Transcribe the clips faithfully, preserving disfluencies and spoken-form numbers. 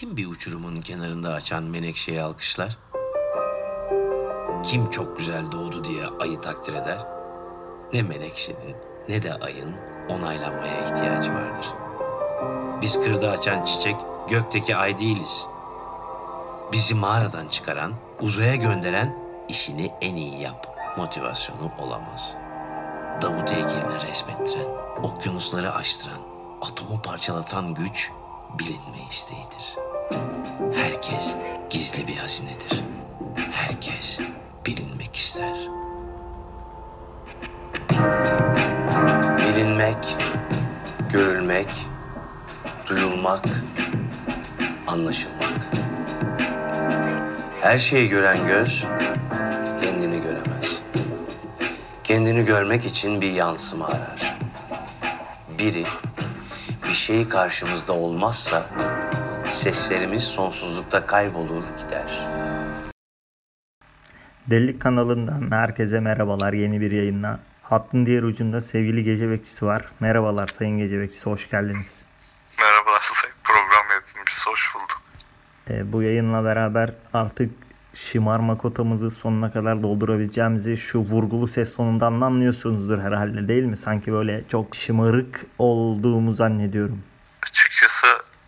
Kim bir uçurumun kenarında açan menekşeyi alkışlar? Kim çok güzel doğdu diye ayı takdir eder? Ne menekşenin ne de ayın onaylanmaya ihtiyacı vardır. Biz kırda açan çiçek gökteki ay değiliz. Bizi mağaradan çıkaran, uzaya gönderen, işini en iyi yap motivasyonu olamaz. Davut heykeline resmettiren, okyanusları aştıran, atomu parçalatan güç bilinme isteğidir. Herkes gizli bir hazinedir. Herkes bilinmek ister. Bilinmek, görülmek, duyulmak, anlaşılmak. Her şeyi gören göz kendini göremez. Kendini görmek için bir yansıma arar. Biri bir şey karşımızda olmazsa seslerimiz sonsuzlukta kaybolur gider. Delilik kanalından herkese merhabalar, yeni bir yayınla. Hattın diğer ucunda sevgili gece bekçisi var. Merhabalar sayın gece bekçisi, hoş geldiniz. Merhabalar sayın program yapımcısı, hoş bulduk. Ee, bu yayınla beraber artık şımarma kotamızı sonuna kadar doldurabileceğimizi şu vurgulu ses tonundan anlıyorsunuzdur herhalde, değil mi? Sanki böyle çok şımarık olduğumu zannediyorum. Açıkçası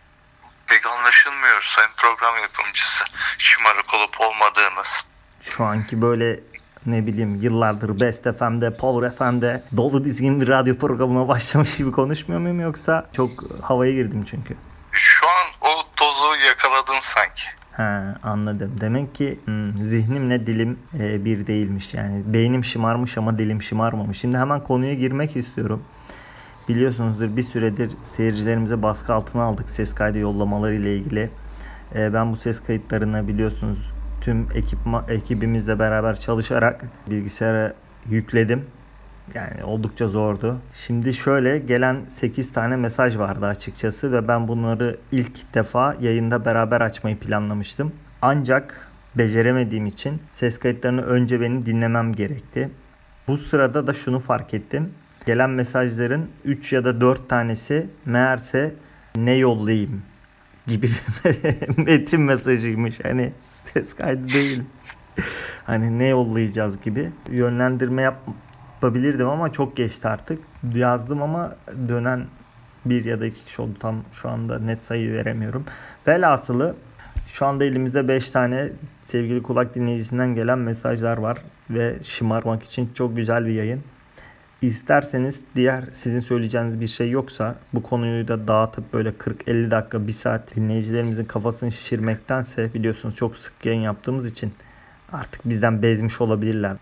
pek anlaşılmıyor sayın program yapımcısı, şımarık olup olmadığınız. Şu anki böyle ne bileyim yıllardır Best F M'de, Power F M'de dolu dizgin bir radyo programına başlamış gibi konuşmuyor muyum, yoksa çok havaya girdim çünkü. Şu an o dozu yakaladın sanki. Ha, anladım. Demek ki hmm, zihnimle dilim e, bir değilmiş. Yani beynim şımarmış ama dilim şımarmamış. Şimdi hemen konuya girmek istiyorum. Biliyorsunuzdur, bir süredir seyircilerimize baskı altına aldık ses kaydı yollamaları ile ilgili. E, ben bu ses kayıtlarını biliyorsunuz tüm ekipma, ekibimizle beraber çalışarak bilgisayara yükledim. Yani oldukça zordu. Şimdi şöyle, gelen sekiz tane mesaj vardı açıkçası ve ben bunları ilk defa yayında beraber açmayı planlamıştım. Ancak beceremediğim için ses kayıtlarını önce benim dinlemem gerekti. Bu sırada da şunu fark ettim. Gelen mesajların üç ya da dört tanesi meğerse ne yollayayım gibi bir metin mesajıymış. Hani ses kaydı değilmiş. Hani ne yollayacağız gibi yönlendirme yap yapabilirdim ama çok geçti artık. Yazdım ama dönen bir ya da iki kişi oldu. Tam şu anda net sayı veremiyorum. Velhasılı şu anda elimizde beş tane sevgili kulak dinleyicisinden gelen mesajlar var ve şımarmak için çok güzel bir yayın. İsterseniz diğer sizin söyleyeceğiniz bir şey yoksa bu konuyu da dağıtıp böyle kırk elli dakika bir saat dinleyicilerimizin kafasını şişirmektense, biliyorsunuz çok sık yayın yaptığımız için artık bizden bezmiş olabilirler.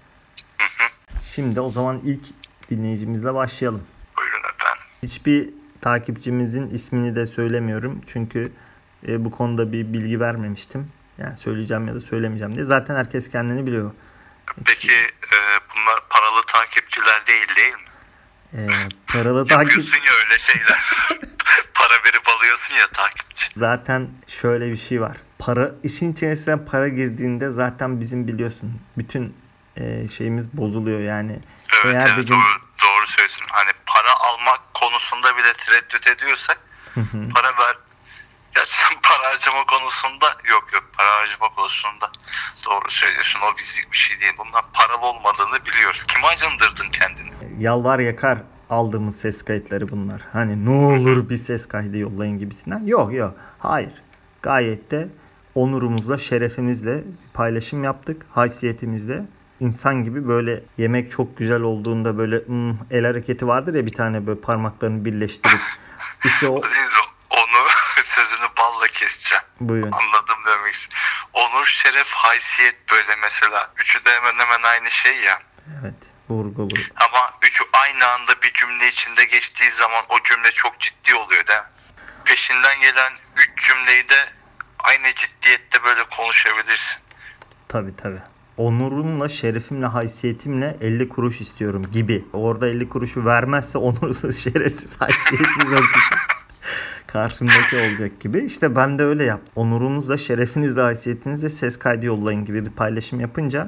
Şimdi o zaman ilk dinleyicimizle başlayalım. Buyurun efendim. Hiçbir takipçimizin ismini de söylemiyorum. Çünkü e, bu konuda bir bilgi vermemiştim. Yani söyleyeceğim ya da söylemeyeceğim diye. Zaten herkes kendini biliyor. Peki e, bunlar paralı takipçiler değil değil mi? E, paralı takip... Yapıyorsun ya öyle şeyler. Para verip alıyorsun ya takipçi. Zaten şöyle bir şey var. Para, işin içerisine para girdiğinde zaten bizim biliyorsun bütün e, şeyimiz bozuluyor yani. Evet, Eğer evet bir gün... doğru, doğru söylüyorsun. Hani para almak konusunda bile tereddüt ediyorsak para ver. Gerçekten para harcama konusunda yok yok para harcama konusunda doğru söylüyorsun, o bizlik bir şey değil. Bundan paralı olmadığını biliyoruz. Kime acındırdın kendini? Yalvar yakar aldığımız ses kayıtları bunlar. Hani ne olur bir ses kaydı yollayın gibisinden. Yok yok. Hayır. Gayet de onurumuzla, şerefimizle paylaşım yaptık. Haysiyetimizle. İnsan gibi böyle yemek çok güzel olduğunda böyle mm, el hareketi vardır ya, bir tane böyle parmaklarını birleştirip. İşte o... Onu sözünü balla keseceğim. Buyurun. Anladım demek istedim. Onur, şeref, haysiyet böyle mesela. Üçü de hemen hemen aynı şey ya. Evet. Vurgulu. Ama üçü aynı anda bir cümle içinde geçtiği zaman o cümle çok ciddi oluyor değil mi? Peşinden gelen üç cümleyi de aynı ciddiyette böyle konuşabilirsin. Tabii tabii. Onurumla, şerefimle, haysiyetimle elli kuruş istiyorum gibi. Orada elli kuruşu vermezse onursuz, şerefsiz, haysiyetsiz olacak. Karşımdaki olacak gibi. İşte ben de öyle yaptım. Onurunuzla, şerefinizle, haysiyetinizle ses kaydı yollayın gibi bir paylaşım yapınca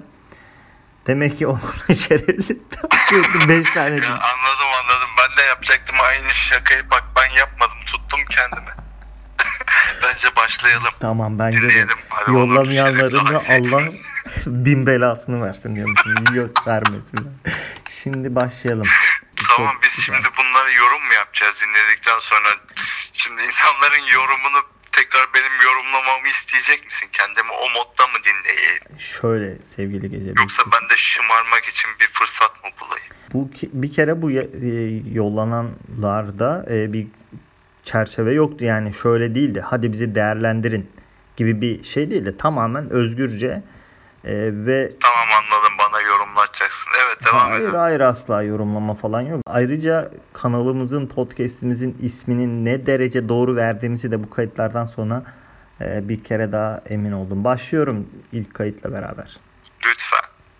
demek ki onurun şerefli beş tane Ya, değil. anladım anladım. Ben de yapacaktım aynı şakayı. Bak ben yapmadım. Tuttum kendimi. Ben bence başlayalım. Tamam, bence de. Dinleyelim. Hadi onu Yollamayanların da düşelim. Allah bin belasını versin diyormuşum. Yok, vermesin. Şimdi başlayalım. Tamam, Çok biz güzel. şimdi bunları yorum mu yapacağız dinledikten sonra? Şimdi insanların yorumunu tekrar benim yorumlamamı isteyecek misin? Kendimi o modda mı dinleyeyim? Şöyle sevgili Gece Yoksa Bekçisi. ben de şımarmak için bir fırsat mı bulayım? Bu ki- bir kere bu ya- e, yollananlarda e, bir çerçeve yoktu, yani şöyle değildi. Hadi bizi değerlendirin gibi bir şey değildi. Tamamen özgürce e, ve Tamam, anladım, bana yorumlatacaksın. Evet, devam hayır edelim. hayır asla yorumlama falan yok. Ayrıca kanalımızın, podcast'imizin isminin ne derece doğru verdiğimizi de bu kayıtlardan sonra e, bir kere daha emin oldum. Başlıyorum ilk kayıtla beraber. Lütfen.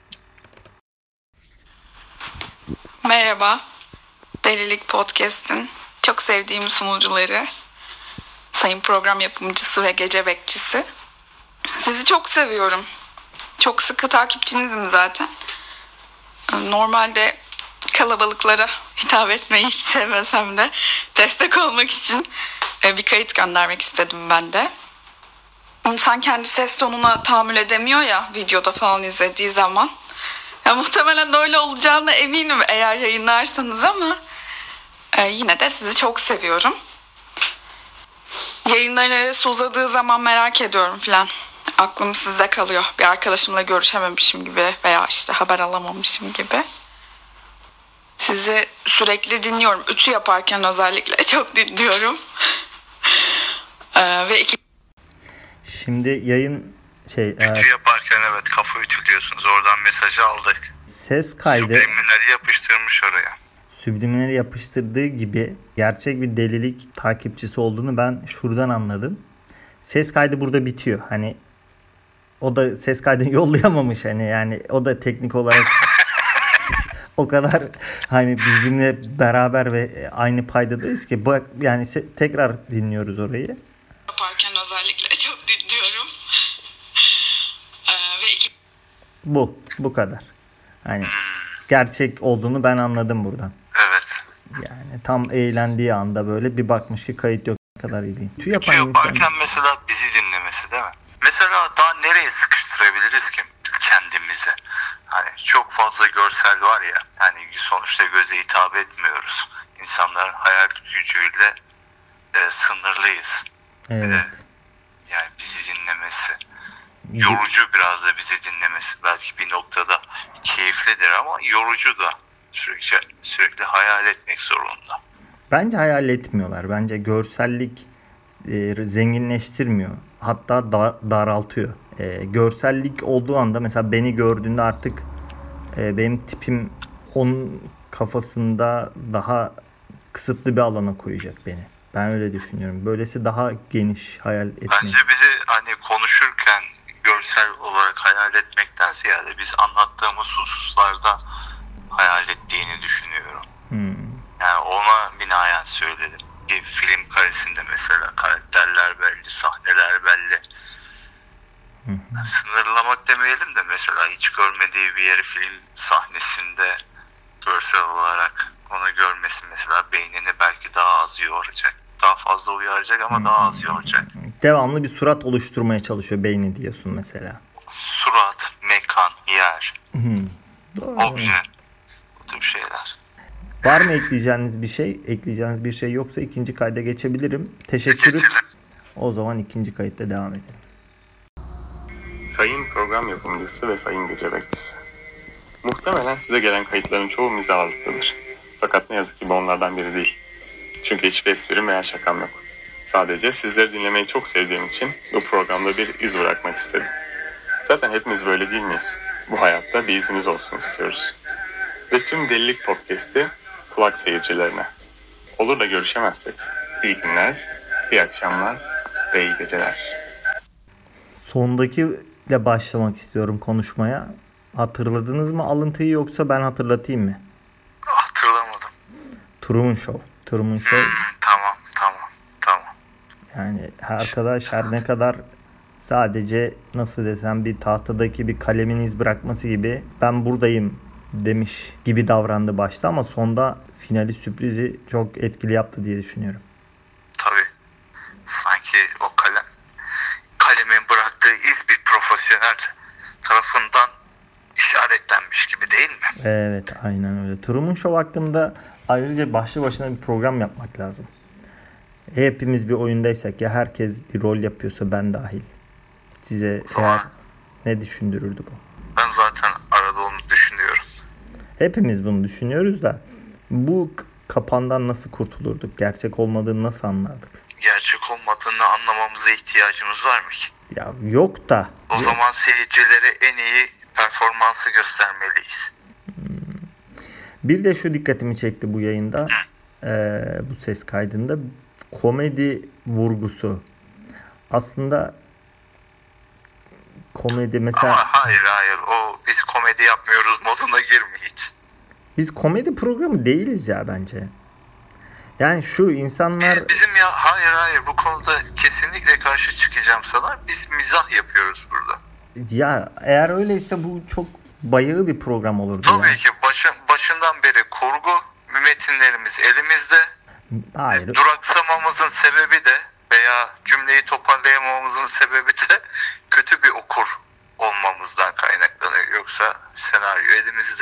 Merhaba, Delilik Podcast'in çok sevdiğim sunucuları, sayın program yapımcısı ve gece bekçisi. Sizi çok seviyorum. Çok sıkı takipçinizim zaten. Normalde kalabalıklara hitap etmeyi hiç sevmesem de destek olmak için bir kayıt göndermek istedim ben de. İnsan kendi ses tonuna tahammül edemiyor ya videoda falan izlediği zaman. Ya, muhtemelen öyle olacağına eminim eğer yayınlarsanız ama e, yine de sizi çok seviyorum. Yayınların arası uzadığı zaman merak ediyorum falan. Aklım sizde kalıyor. Bir arkadaşımla görüşememişim gibi veya işte haber alamamışım gibi. Sizi sürekli dinliyorum. Ütü yaparken özellikle çok dinliyorum. e, ve iki... Şimdi yayın şey e, Ütü yaparken evet kafa ütülüyorsunuz. Oradan mesajı aldık. ses kaydı Subliminali yapıştırmış oraya. subliminali yapıştırdığı gibi gerçek bir delilik takipçisi olduğunu ben şuradan anladım. Ses kaydı burada bitiyor. Hani o da ses kaydını yollayamamış, hani yani o da teknik olarak o kadar hani bizimle beraber ve aynı paydadayız ki bak yani se- tekrar dinliyoruz orayı. Yaparken özellikle çok dinliyorum. E, ve iki... Bu bu kadar. Hani gerçek olduğunu ben anladım buradan. Evet. Yani tam eğlendiği anda böyle bir bakmış ki kayıt yok, ne kadar iyi değil. Tüy Ütü yapan yaparken insan mesela bizi dinlemesi değil mi? Mesela daha nereye sıkıştırabiliriz ki kendimizi? Hani çok fazla görsel var ya. Hani sonuçta göze hitap etmiyoruz. İnsanların hayal gücüyle e, sınırlıyız. Bir evet. de yani bizi dinlemesi. Yorucu biraz da bizi dinlemesi. Belki bir noktada keyiflidir ama yorucu da. Sürekli, sürekli hayal etmek zorunda. Bence hayal etmiyorlar. Bence görsellik e, zenginleştirmiyor. Hatta da, daraltıyor. E, görsellik olduğu anda mesela beni gördüğünde artık e, benim tipim onun kafasında daha kısıtlı bir alana koyacak beni. Ben öyle düşünüyorum. Böylesi daha geniş hayal etmeyi. Bence bizi hani konuşurken görsel olarak hayal etmekten ziyade biz anlattığımız hususlarda hayal ettiğini düşünüyorum. Hmm. Yani ona binaen söyledim. Bir film karesinde mesela karakterler belli, sahneler belli. Hı hı. Sınırlamak demeyelim de mesela hiç görmediği bir yeri film sahnesinde görsel olarak onu görmesi mesela beynini belki daha az yoracak. Daha fazla uyaracak ama daha az yoracak. Devamlı bir surat oluşturmaya çalışıyor beyni diyorsun mesela. Surat, mekan, yer, Hı. Doğru. obje, bu tür şeyler. Var mı ekleyeceğiniz bir şey? Ekleyeceğiniz bir şey yoksa ikinci kayda geçebilirim. Teşekkür ederim. Geçelim. O zaman ikinci kayıtta devam edelim. Sayın program yapımcısı ve sayın gece bekçisi. Muhtemelen size gelen kayıtların çoğu mizahlıktadır. Fakat ne yazık ki bu onlardan biri değil. Çünkü hiçbir esprim veya şakam yok. Sadece sizleri dinlemeyi çok sevdiğim için bu programda bir iz bırakmak istedim. Zaten hepimiz böyle değil miyiz? Bu hayatta bir izimiz olsun istiyoruz. Ve tüm Delilik Podcast'i kulak seyircilerine. Olur da görüşemezsek iyi günler, iyi akşamlar ve iyi geceler. Sondakiyle başlamak istiyorum konuşmaya. Hatırladınız mı alıntıyı yoksa ben hatırlatayım mı? Hatırlamadım. Truman Show. Truman Show. Hmm, tamam, tamam, tamam. Yani arkadaş her ne kadar sadece nasıl desem bir tahtadaki bir kalemin iz bırakması gibi ben buradayım demiş gibi davrandı başta ama sonda finali sürprizi çok etkili yaptı diye düşünüyorum. Tabii. Sanki o kalem Evet, aynen öyle. Truman Show hakkında ayrıca başlı başına bir program yapmak lazım. Hepimiz bir oyundaysak ya herkes bir rol yapıyorsa ben dahil. Size eğer ne düşündürürdü bu? Ben zaten arada onu düşünüyorum. Hepimiz bunu düşünüyoruz da bu k- kapandan nasıl kurtulurduk? Gerçek olmadığını nasıl anlardık? Gerçek olmadığını anlamamıza ihtiyacımız var mı ki? Ya yok da. O zaman seyircilere en iyi performansı göstermeliyiz. Bir de şu dikkatimi çekti bu yayında. Ee, bu ses kaydında komedi vurgusu. Aslında komedi mesela Ama hayır hayır o biz komedi yapmıyoruz moduna girme hiç. biz komedi programı değiliz ya bence. Yani şu insanlar Biz, bizim ya hayır hayır bu konuda kesinlikle karşı çıkacağım sana. Biz mizah yapıyoruz burada. ya eğer öyleyse bu çok bayağı bir program olurdu Tabii ya. ki başın, başından beri kurgu, metinlerimiz elimizde. Hayır. Duraksamamızın sebebi de veya cümleyi toparlayamamamızın sebebi de kötü bir okur olmamızdan kaynaklanıyor. Yoksa senaryo elimizde.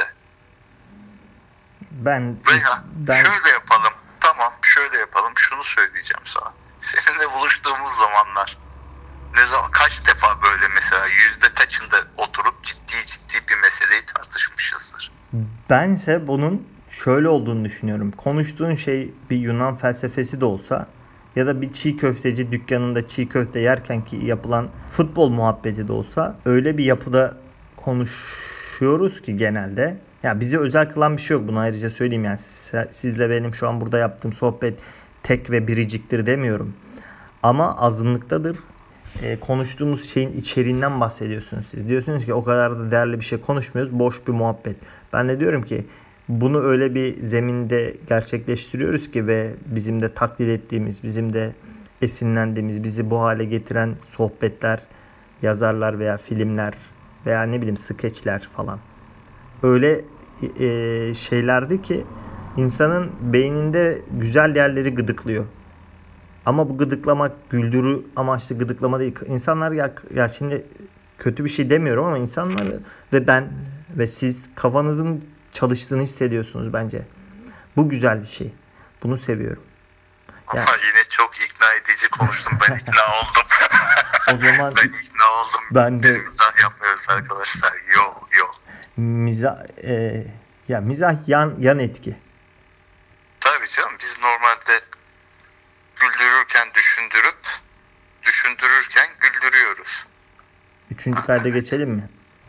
Ben Veya ben şöyle yapalım. Tamam şöyle yapalım. Şunu söyleyeceğim sana. Seninle buluştuğumuz zamanlar ne zaman kaç defa böyle mesela yüzde kaçında oturup ciddi ciddi bir meseleyi tartışmışızdır. bense bunun şöyle olduğunu düşünüyorum. Konuştuğun şey bir Yunan felsefesi de olsa ya da bir çiğ köfteci dükkanında çiğ köfte yerken ki yapılan futbol muhabbeti de olsa öyle bir yapıda konuşuyoruz ki genelde. Ya bizi özel kılan bir şey yok. Bunu ayrıca söyleyeyim yani sizle benim şu an burada yaptığım sohbet tek ve biriciktir demiyorum. Ama azınlıktadır. E, konuştuğumuz şeyin içeriğinden bahsediyorsunuz siz. Diyorsunuz ki o kadar da değerli bir şey konuşmuyoruz. Boş bir muhabbet. Ben de diyorum ki bunu öyle bir zeminde gerçekleştiriyoruz ki ve bizim de taklit ettiğimiz, bizim de esinlendiğimiz, bizi bu hale getiren sohbetler, yazarlar veya filmler veya ne bileyim skeçler falan. Öyle e, şeylerdi ki insanın beyninde güzel yerleri gıdıklıyor. Ama bu gıdıklamak güldürü amaçlı gıdıklama değil. İnsanlar ya, ya şimdi kötü bir şey demiyorum ama insanlar ve ben ve siz kafanızın çalıştığını hissediyorsunuz bence. Bu güzel bir şey. Bunu seviyorum. Ama Yani, yine çok ikna edici konuştum. Ben ikna oldum. o zaman ben ikna oldum. ben de Biz mizah yapmıyoruz arkadaşlar. Yok yok. mizah e, ya mizah yan yan etki. Tabii canım biz normalde güldürürken düşündürüp düşündürürken güldürüyoruz. Üçüncü kayda geçelim mi?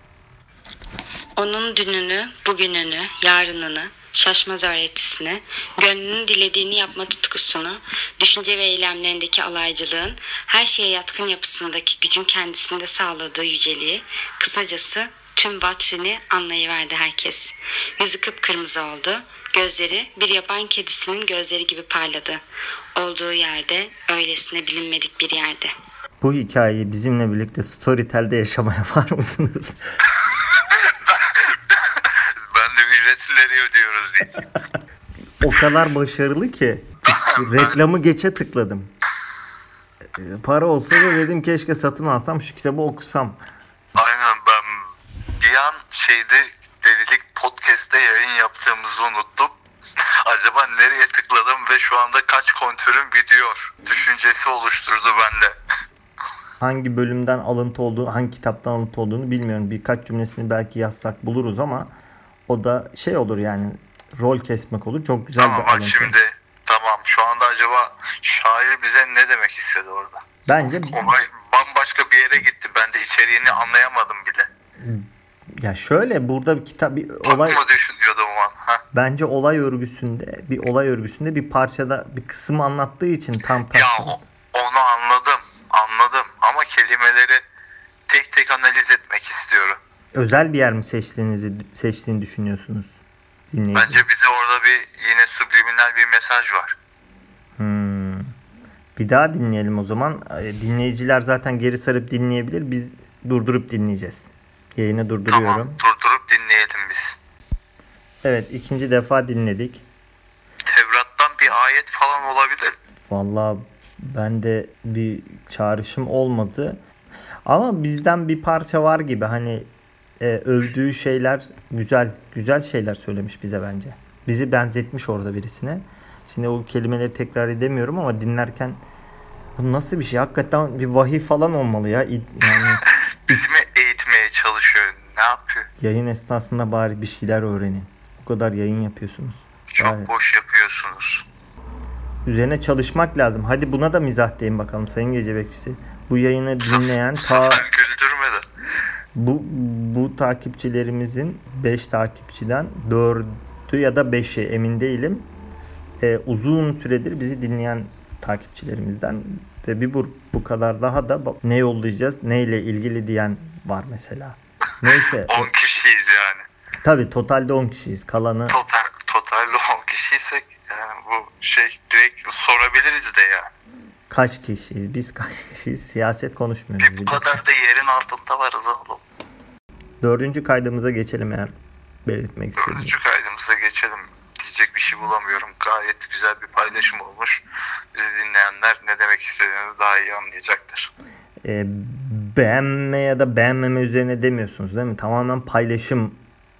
Onun dününü, bugününü, yarınını, şaşmaz öğretisini, gönlünün dilediğini yapma tutkusunu, düşünce ve eylemlerindeki alaycılığın, her şeye yatkın yapısındaki gücün kendisinde sağladığı yüceliği, kısacası tüm vatrini anlayıverdi herkes. Yüzü kıpkırmızı oldu, gözleri bir yaban kedisinin gözleri gibi parladı. Olduğu yerde, öylesine bilinmedik bir yerde. Bu hikayeyi bizimle birlikte Storytel'de yaşamaya var mısınız? Ben de ücretleri ödüyoruz diyeceğim. O kadar başarılı ki reklamı geçe tıkladım. Ee, Para olsa da dedim keşke satın alsam şu kitabı okusam. Aynen ben bir an şeyde Delilik Podcast'te yayın yaptığımızı unuttum. Acaba nereye tıkladım ve şu anda kaç kontörüm gidiyor düşüncesi oluşturdu bende. Hangi bölümden alıntı olduğunu, hangi kitaptan alıntı olduğunu bilmiyorum. Birkaç cümlesini belki yazsak buluruz ama o da şey olur yani rol kesmek olur. Çok güzel Tamam bir bak alıntı. şimdi tamam şu anda acaba şair bize ne demek istedi orada? Bence Olay bambaşka bir yere gitti. Ben de içeriğini anlayamadım bile. ya şöyle burada bir kitap bir olay Olay... mı düşünüyordum o an? Ha? bence olay örgüsünde bir olay örgüsünde bir parçada bir kısım anlattığı için tam Ya tam o- onu anladım. Anladım. Ama kelimeleri tek tek analiz etmek istiyorum. özel bir yer mi seçtiğinizi seçtiğini düşünüyorsunuz dinleyici? Bence bize orada bir yine subliminal bir mesaj var. Hmm. Bir daha dinleyelim o zaman. E, Dinleyiciler zaten geri sarıp dinleyebilir. Biz durdurup dinleyeceğiz. Yayını durduruyorum. Tamam. Durdurup dinleyelim biz. Evet, ikinci defa dinledik. Tevrat'tan bir ayet falan olabilir. Vallahi ben de bir çağrışım olmadı. Ama bizden bir parça var gibi hani e, övdüğü şeyler güzel, güzel şeyler söylemiş bize bence. Bizi benzetmiş orada birisine. Şimdi o kelimeleri tekrar edemiyorum ama dinlerken bu nasıl bir şey? Hakikaten bir vahiy falan olmalı ya. Yani Bizi mi eğitmeye çalışıyor? Ne yapıyor? yayın esnasında bari bir şeyler öğrenin. O kadar yayın yapıyorsunuz. Çok Gayet. boş yapıyorsunuz. Üzerine çalışmak lazım. Hadi buna da mizah deyin bakalım Sayın Gece Bekçisi. Bu yayını dinleyen Bu ta sefer güldürme de. bu bu takipçilerimizin beş takipçiden dördü ya da beşi emin değilim. Ee, uzun süredir bizi dinleyen takipçilerimizden ve bir bu, bu kadar daha da bak- ne yollayacağız, neyle ilgili diyen var mesela. Neyse. on kişiyiz yani. Tabii totalde on kişiyiz. Kalanı Total, totalde on kişiysek yani bu şey direkt sorabiliriz de ya. kaç kişiyiz? Biz kaç kişiyiz? Siyaset konuşmuyoruz. Bir bu biliyorsun. kadar da yerin altında varız oğlum. Dördüncü kaydımıza geçelim eğer belirtmek istiyorum. Dördüncü kaydımıza geçelim. Diyecek bir şey bulamıyorum. Gayet güzel bir paylaşım olmuş. Bizi dinleyenler ne demek istediğini daha iyi anlayacaktır. Ee, beğenme ya da beğenmeme üzerine demiyorsunuz değil mi? Tamamen paylaşım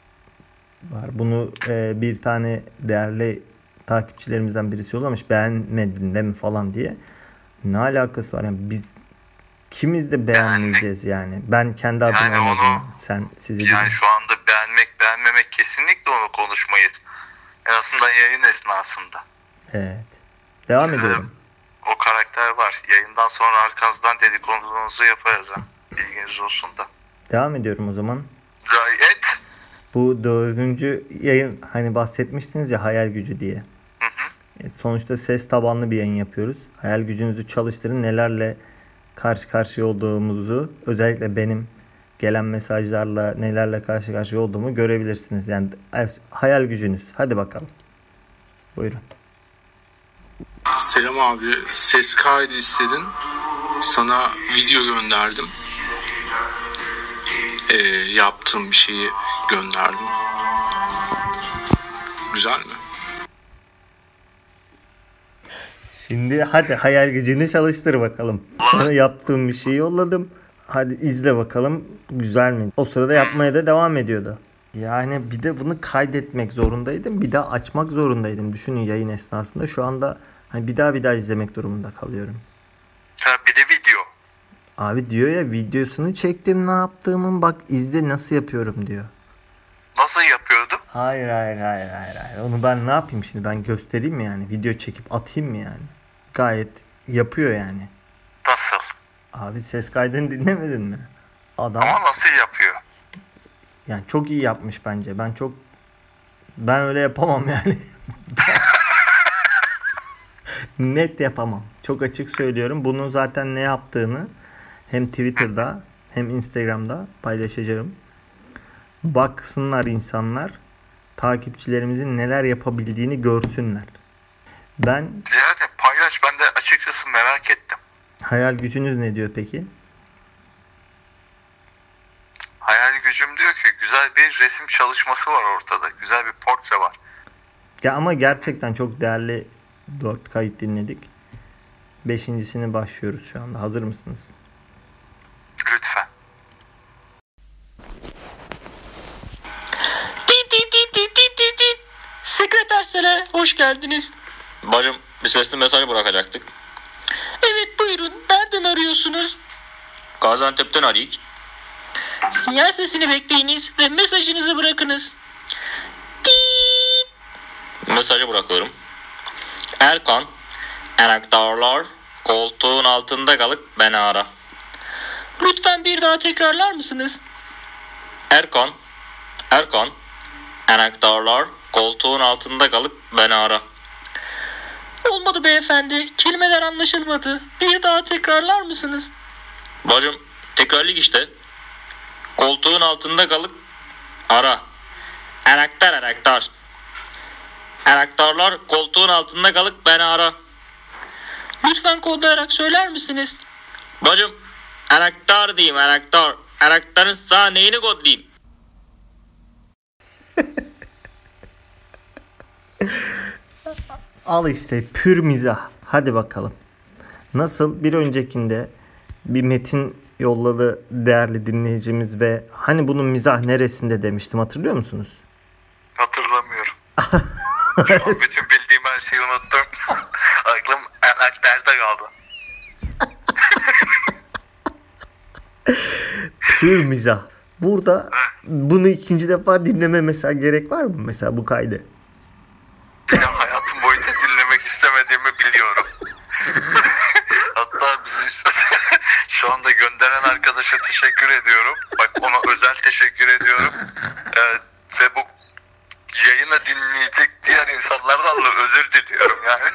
var. Bunu e, bir tane değerli takipçilerimizden birisi yollamış. Beğenmedin değil mi falan diye. Ne alakası var? Yani biz kimiz de beğenmeyeceğiz yani. Ben kendi adıma Yani en onu- azından. Sen sizi Yani bilmiyorum. şu anda beğenmek beğenmemek kesinlikle onu konuşmayız. En azından yayın esnasında. Evet. Devam Size ediyorum. o karakter var. Yayından sonra arkanızdan dedikodunuzu yaparız ha. Bilginiz olsun da. Devam ediyorum o zaman. Gayet. Bu dördüncü yayın hani bahsetmiştiniz ya hayal gücü diye. Hı hı. E, sonuçta ses tabanlı bir yayın yapıyoruz. Hayal gücünüzü çalıştırın. Nelerle karşı karşıya olduğumuzu, özellikle benim gelen mesajlarla nelerle karşı karşıya olduğumu görebilirsiniz. Yani es- hayal gücünüz. Hadi bakalım. Buyurun. Selam abi, ses kaydı istedin. Sana video gönderdim. Ee, yaptığım bir şeyi gönderdim. Güzel mi? Şimdi hadi hayal gücünü çalıştır bakalım. Sana yaptığım bir şeyi yolladım. Hadi izle bakalım güzel mi? O sırada yapmaya da devam ediyordu. Yani bir de bunu kaydetmek zorundaydım. Bir daha açmak zorundaydım. Düşünün yayın esnasında. Şu anda hani bir daha bir daha izlemek durumunda kalıyorum. Ha, bir de video. Abi diyor ya videosunu çektim ne yaptığımın bak izle nasıl yapıyorum diyor. Nasıl yapıyordum? Hayır hayır hayır hayır hayır. Onu ben ne yapayım şimdi ben göstereyim mi yani? Video çekip atayım mı yani? Gayet yapıyor yani. Nasıl? Abi ses kaydını dinlemedin mi? Adam Ama nasıl yapıyor? yani çok iyi yapmış bence. Ben çok ben öyle yapamam yani. Net yapamam. Çok açık söylüyorum. Bunun zaten ne yaptığını hem Twitter'da hem Instagram'da paylaşacağım. Baksınlar insanlar. Takipçilerimizin neler yapabildiğini görsünler. Ben Yani paylaş, ben de açıkçası merak ettim. hayal gücünüz ne diyor peki? Hayal gücüm diyor ki güzel bir resim çalışması var ortada. Güzel bir portre var. Ya ama gerçekten çok değerli dört kayıt dinledik. Beşincisini başlıyoruz şu anda. Hazır mısınız? Lütfen. Dit dit dit dit dit dit dit. Sekreter Sele, hoş geldiniz. Bacım bir sesli mesaj bırakacaktık. Evet buyurun, nereden arıyorsunuz? Gaziantep'ten arayık. Sinyal sesini bekleyiniz ve mesajınızı bırakınız. Dit. Mesajı bırakıyorum. Erkan, enaktarlar koltuğun altında kalıp beni ara. Lütfen bir daha tekrarlar mısınız? Erkan, Erkan, enaktarlar koltuğun altında kalıp beni ara. Olmadı beyefendi, kelimeler anlaşılmadı. Bir daha tekrarlar mısınız? Bacım tekrarlık işte. Koltuğun altında kalıp ara. Enaktar enaktar. Enaktarlar koltuğun altında kalıp beni ara. Lütfen kodlayarak söyler misiniz? Bacım enaktar diyeyim enaktar. Enaktarın sağ neyini kodlayayım? Al işte pür mizah. Hadi bakalım. Nasıl bir öncekinde bir metin yolladı değerli dinleyicimiz ve hani bunun mizah neresinde demiştim, hatırlıyor musunuz? Hatırlamıyorum. Şu an bütün bildiğim her şeyi unuttum. Aklım anakterde kaldı. Pür mizah. Burada bunu ikinci defa dinleme mesela gerek var mı mesela bu kaydı? Benim hayatım boyunca dinlemek istemediğimi biliyorum. Hatta bizim şu anda gönderen arkadaşa teşekkür ediyorum. Bak, ona özel teşekkür ediyorum. Ee, ve bu yayını dinleyecek diğer insanlardan da özür diliyorum yani.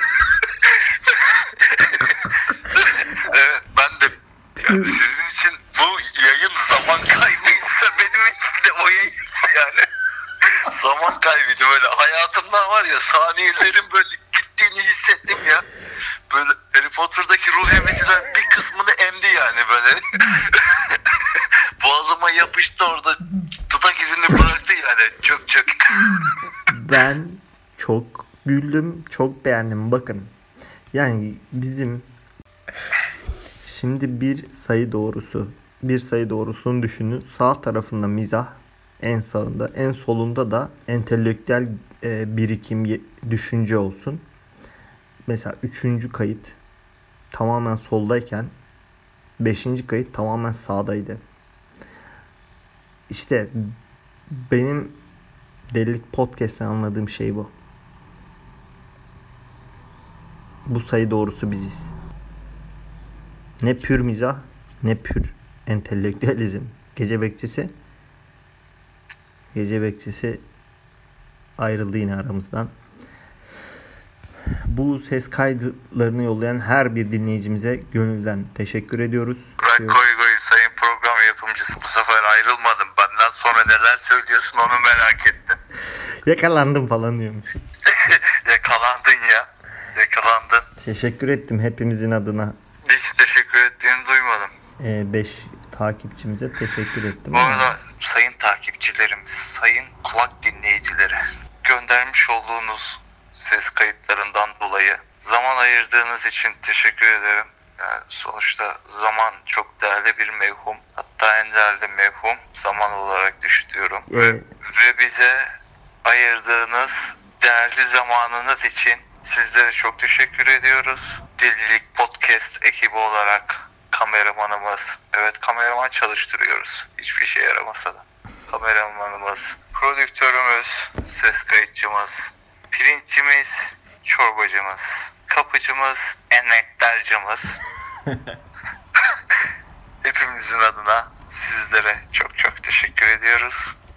Evet, ben de yani sizin için bu yayın zaman kaybıysa benim için de o yayın yani zaman kaybıydı. Böyle hayatımda var ya, saniyelerin böyle gittiğini hissettim ya. Böyle Harry Potter'daki ruh emiciler bir kısmını emdi yani böyle. Boğazıma yapıştı orada, dudak izini bıraktı yani, çok çok. Ben çok güldüm, çok beğendim. Bakın yani bizim şimdi bir sayı doğrusu, bir sayı doğrusunu düşünün. Sağ tarafında mizah, en sağında, en solunda da entelektüel e, birikim, düşünce olsun. Mesela üçüncü kayıt tamamen soldayken beşinci kayıt tamamen sağdaydı. İşte benim Delilik Podcast'ten anladığım şey bu. Bu sayı doğrusu biziz. Ne pür mizah, ne pür entelektüelizm. Gece bekçisi Gece bekçisi ayrıldı yine aramızdan. Bu ses kayıtlarını yollayan her bir dinleyicimize gönülden teşekkür ediyoruz. Bırak koy koy, sayın program yapımcısı, bu sefer ayrılmadım. Benden sonra neler söylüyorsun onu merak ettim. Yakalandım falan diyormuş. Yakalandın ya. Yakalandın. Teşekkür ettim hepimizin adına. Hiç teşekkür ettiğini duymadım. beş ee, takipçimize teşekkür ettim. Bu arada sayın takipçilerimiz, sayın kulak dinleyicileri, göndermiş olduğunuz ses kayıtlarından dolayı zaman ayırdığınız için teşekkür ederim. Yani sonuçta zaman çok değerli bir mevhum. Hatta en değerli mevhum zaman olarak düşünüyorum. Ee, ve, ve bize ayırdığınız değerli zamanınız için sizlere çok teşekkür ediyoruz. Delilik Podcast ekibi olarak kameramanımız, evet kameraman çalıştırıyoruz. Hiçbir işe yaramasa da. Kameramanımız, prodüktörümüz, ses kayıtçımız, pirinççimiz, çorbacımız, kapıcımız, enektarcımız. Hepimizin adına sizlere çok çok teşekkür ediyoruz.